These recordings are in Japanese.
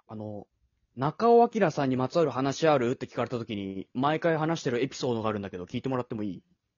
あの、中尾明さんにまつわる話あるって聞かれた時に、毎回話してるエピソードがあるんだけど、聞いてもらってもいい？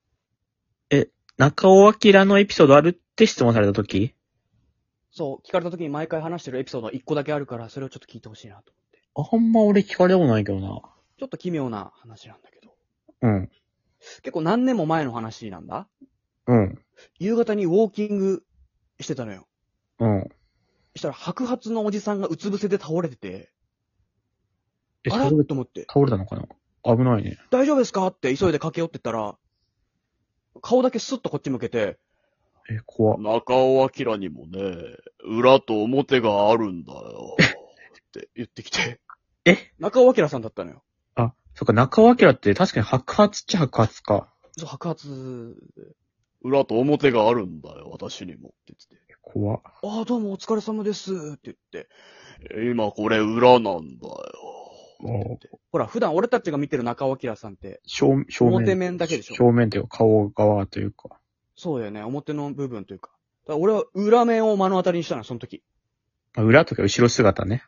中尾明のエピソードあるって質問されたとき？ そう、聞かれた時に毎回話してるエピソード1個だけあるから、それをちょっと聞いてほしいなと思って。 あんま俺聞かれたことないけどな。 ちょっと奇妙な話なんだけど。 うん。 結構何年も前の話なんだ。 うん。 夕方にウォーキングしてたのよ。 うん。 そしたら白髪のおじさんがうつ伏せで倒れてて、あらそれでと思って、 倒れたのかな？危ないね。 大丈夫ですかって急いで駆け寄ってったら、顔だけスッとこっち向けて、 怖っ。 中尾明にもね、裏と表があるんだよ。 って言ってきて、 え中尾明さんだったのよ。 あ、そっか、中尾明って確かに白髪っちゃ白髪か。 そう、白髪で。 裏と表があるんだよ、私にも。って言って怖っ。 ああ、どうもお疲れ様ですって言って。 て。今これ裏なんだよ。 ほら、普段俺たちが見てる中尾明さんって、 正表面。 面だけでしょ。 正面というか顔側というか。 そうだよね、表の部分というか。だから俺は裏面を目の当たりにしたの、その時。 裏とか後ろ姿ね。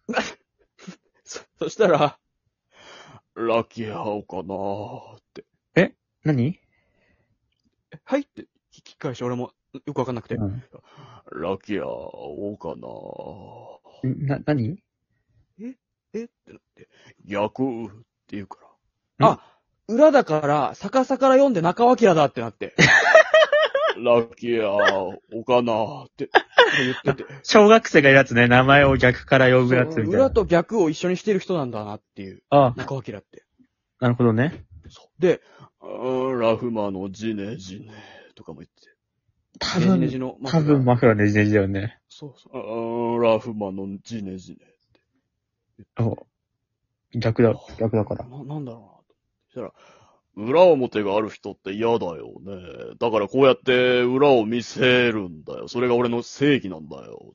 そしたら、 ラッキーハオかなーって。 何？ はいって聞き返し、俺もよくわかんなくて。 うん。 ラッキーハオかなー。 何？ えってなって。 逆って言うかあ、裏だから、逆さから読んで中尾明だってなって。 ら。ラッキーハオかなーって言ってて。 小学生がいるやつね、名前を逆から呼ぶやつみたいな。 裏と逆を一緒にしてる人なんだなっていう。 あ、 中尾明って。 なるほどね。 そうで、 ラフマのジネジネとかも言ってて。 多ネジネジのマフラー。 分マフラーネジネジだよね。 そうそう。 ラフマのジネジネ。 逆だから。 なんだろうなと。そしたら、 裏表がある人って嫌だよね。だからこうやって裏を見せるんだよ。それが俺の正義なんだよ。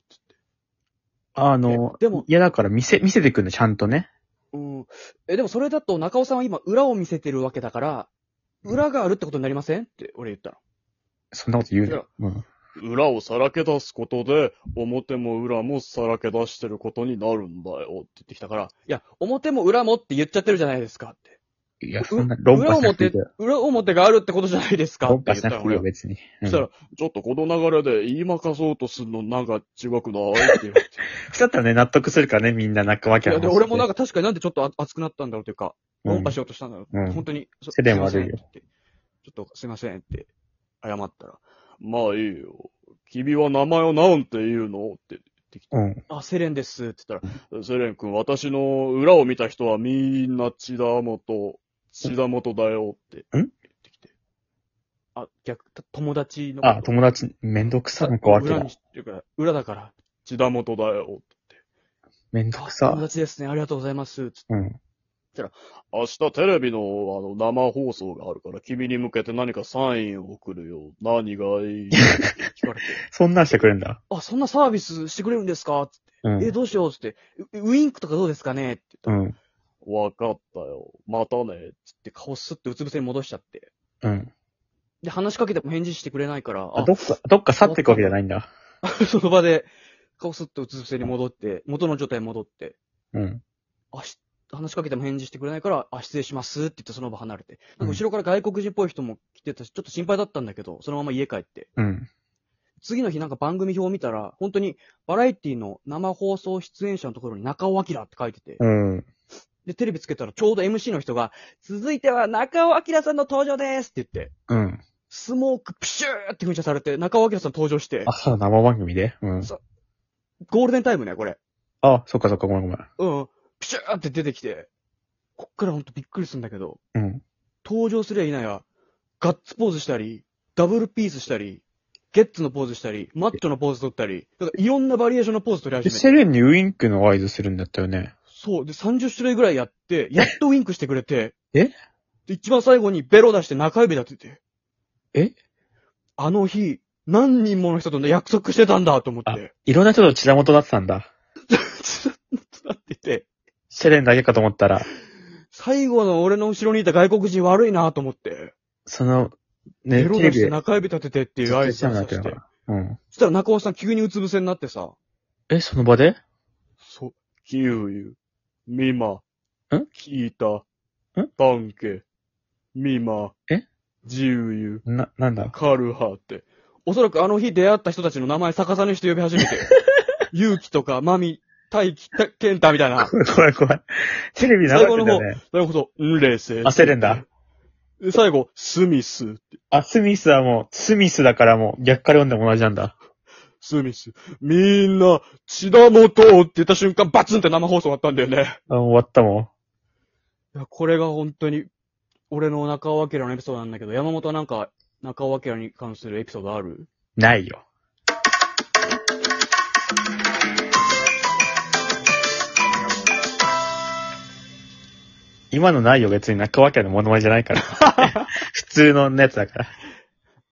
でも、 嫌だから見せてくんだ、ちゃんとね。 うん。でもそれだと中尾さんは今裏を見せてるわけだから、裏があるってことになりませんって俺言ったの。 そんなこと言うな。うん。 裏をさらけ出すことで、表も裏もさらけ出してることになるんだよ。 って言ってきたから、いや、表も裏もって言っちゃってるじゃないですかって。 いや、そんな論破しなくていいよ。 裏表があるってことじゃないですかって言ったら論破しなくていいよ、別に。 そしたら、ちょっとこの流れで言いまかそうとするのなんか違くないって言われて。 だったらね、納得するからね、みんな泣くわけいや、で、俺もなんか、 か確かになんでちょっと熱くなったんだろうというか、論破しようとしたんだろう。 うん本当に、 世間悪いよすませんってちょっとすいませんって謝ったら、 まあいいよ。君は名前をなんて言うのって言ってきて。 あ、セレンですって言ったら、 セレン君、私の裏を見た人はみんな千田元だよって言ってきて。 あ、友達の。 あ、友達、めんどくさい子わけだ裏に。っていうか、裏だから。 千田元だよってめんどくさ友。達ですね。ありがとうございます。つって明日テレビの生放送があるから君に向けて何かサインを送るよ。何がいいって聞かれて。 そんなんしてくれんだ。 あ、そんなサービスしてくれるんですかつって。 うん。 どうしようつって。ウインクとかどうですかねって言ったら、 わかったよ。またね。 つって顔スッてうつ伏せに戻しちゃって。 うん。 で、話しかけても返事してくれないから、 どっか去っていくわけじゃないんだ。 その場で顔スッとうつ伏せに戻って、元の状態に戻って、 うん。 話しかけても返事してくれないから、失礼しますって言ってその場離れて。なんか後ろから外国人っぽい人も来てたし、ちょっと心配だったんだけど、そのまま家帰って。次の日なんか番組表を見たら、本当にバラエティの生放送出演者のところに中尾明って書いてて。で、テレビつけたらちょうど MC の人が、続いては中尾明さんの登場ですって言って。スモークプシューって噴射されて、中尾明さん登場して。 あ、そう、生番組でゴールデンタイムね、これ。 あ、そっか、ごめん。 プシューって出てきて、こっからほんとびっくりするんだけど、 うん。 登場すりゃいないや、ガッツポーズしたり、ダブルピースしたり、ゲッツのポーズしたり、マッチョのポーズ取ったり、だからいろんなバリエーションのポーズ取り始めて。 セレンにウインクの合図するんだったよね。 そう。で、30種類ぐらいやって、やっとウインクしてくれて。 で、 一番最後にベロ出して中指立てて。あの日、何人もの人と約束してたんだと思って。 いろんな人と血だ元だってたんだ。 血だ元だってて。 セレンだけかと思ったら。 最後の俺の後ろにいた外国人悪いなと思って。 ね、 ベロ出して中指立ててっていう合図をさせて。 うん。 そしたら中尾さん急にうつ伏せになってさ。 その場で？ そう。 キウユ、ミマ、キイタ、タンケ、ミマ、ジウユ、 なんだカルハって。 おそらくあの日出会った人たちの名前逆さにして呼び始めて、ユウキとかマミ、タイキ、ケンタみたいな。 怖い。テレビ流れてんだよね。 最後こそ、冷静。 焦るんだ。 最後、スミスって。 スミスはもう、スミスだからもう逆から読んでも同じなんだ。 スミス。みんな、血だもとって言った瞬間、バツンって生放送終わったんだよね。 終わったもん。いや、これが本当に、俺の中尾明のエピソードなんだけど、山本はなんか、中尾明に関するエピソードある？ ないよ。今のないよ、別に中尾明のモノマネじゃないから。普通のやつだから。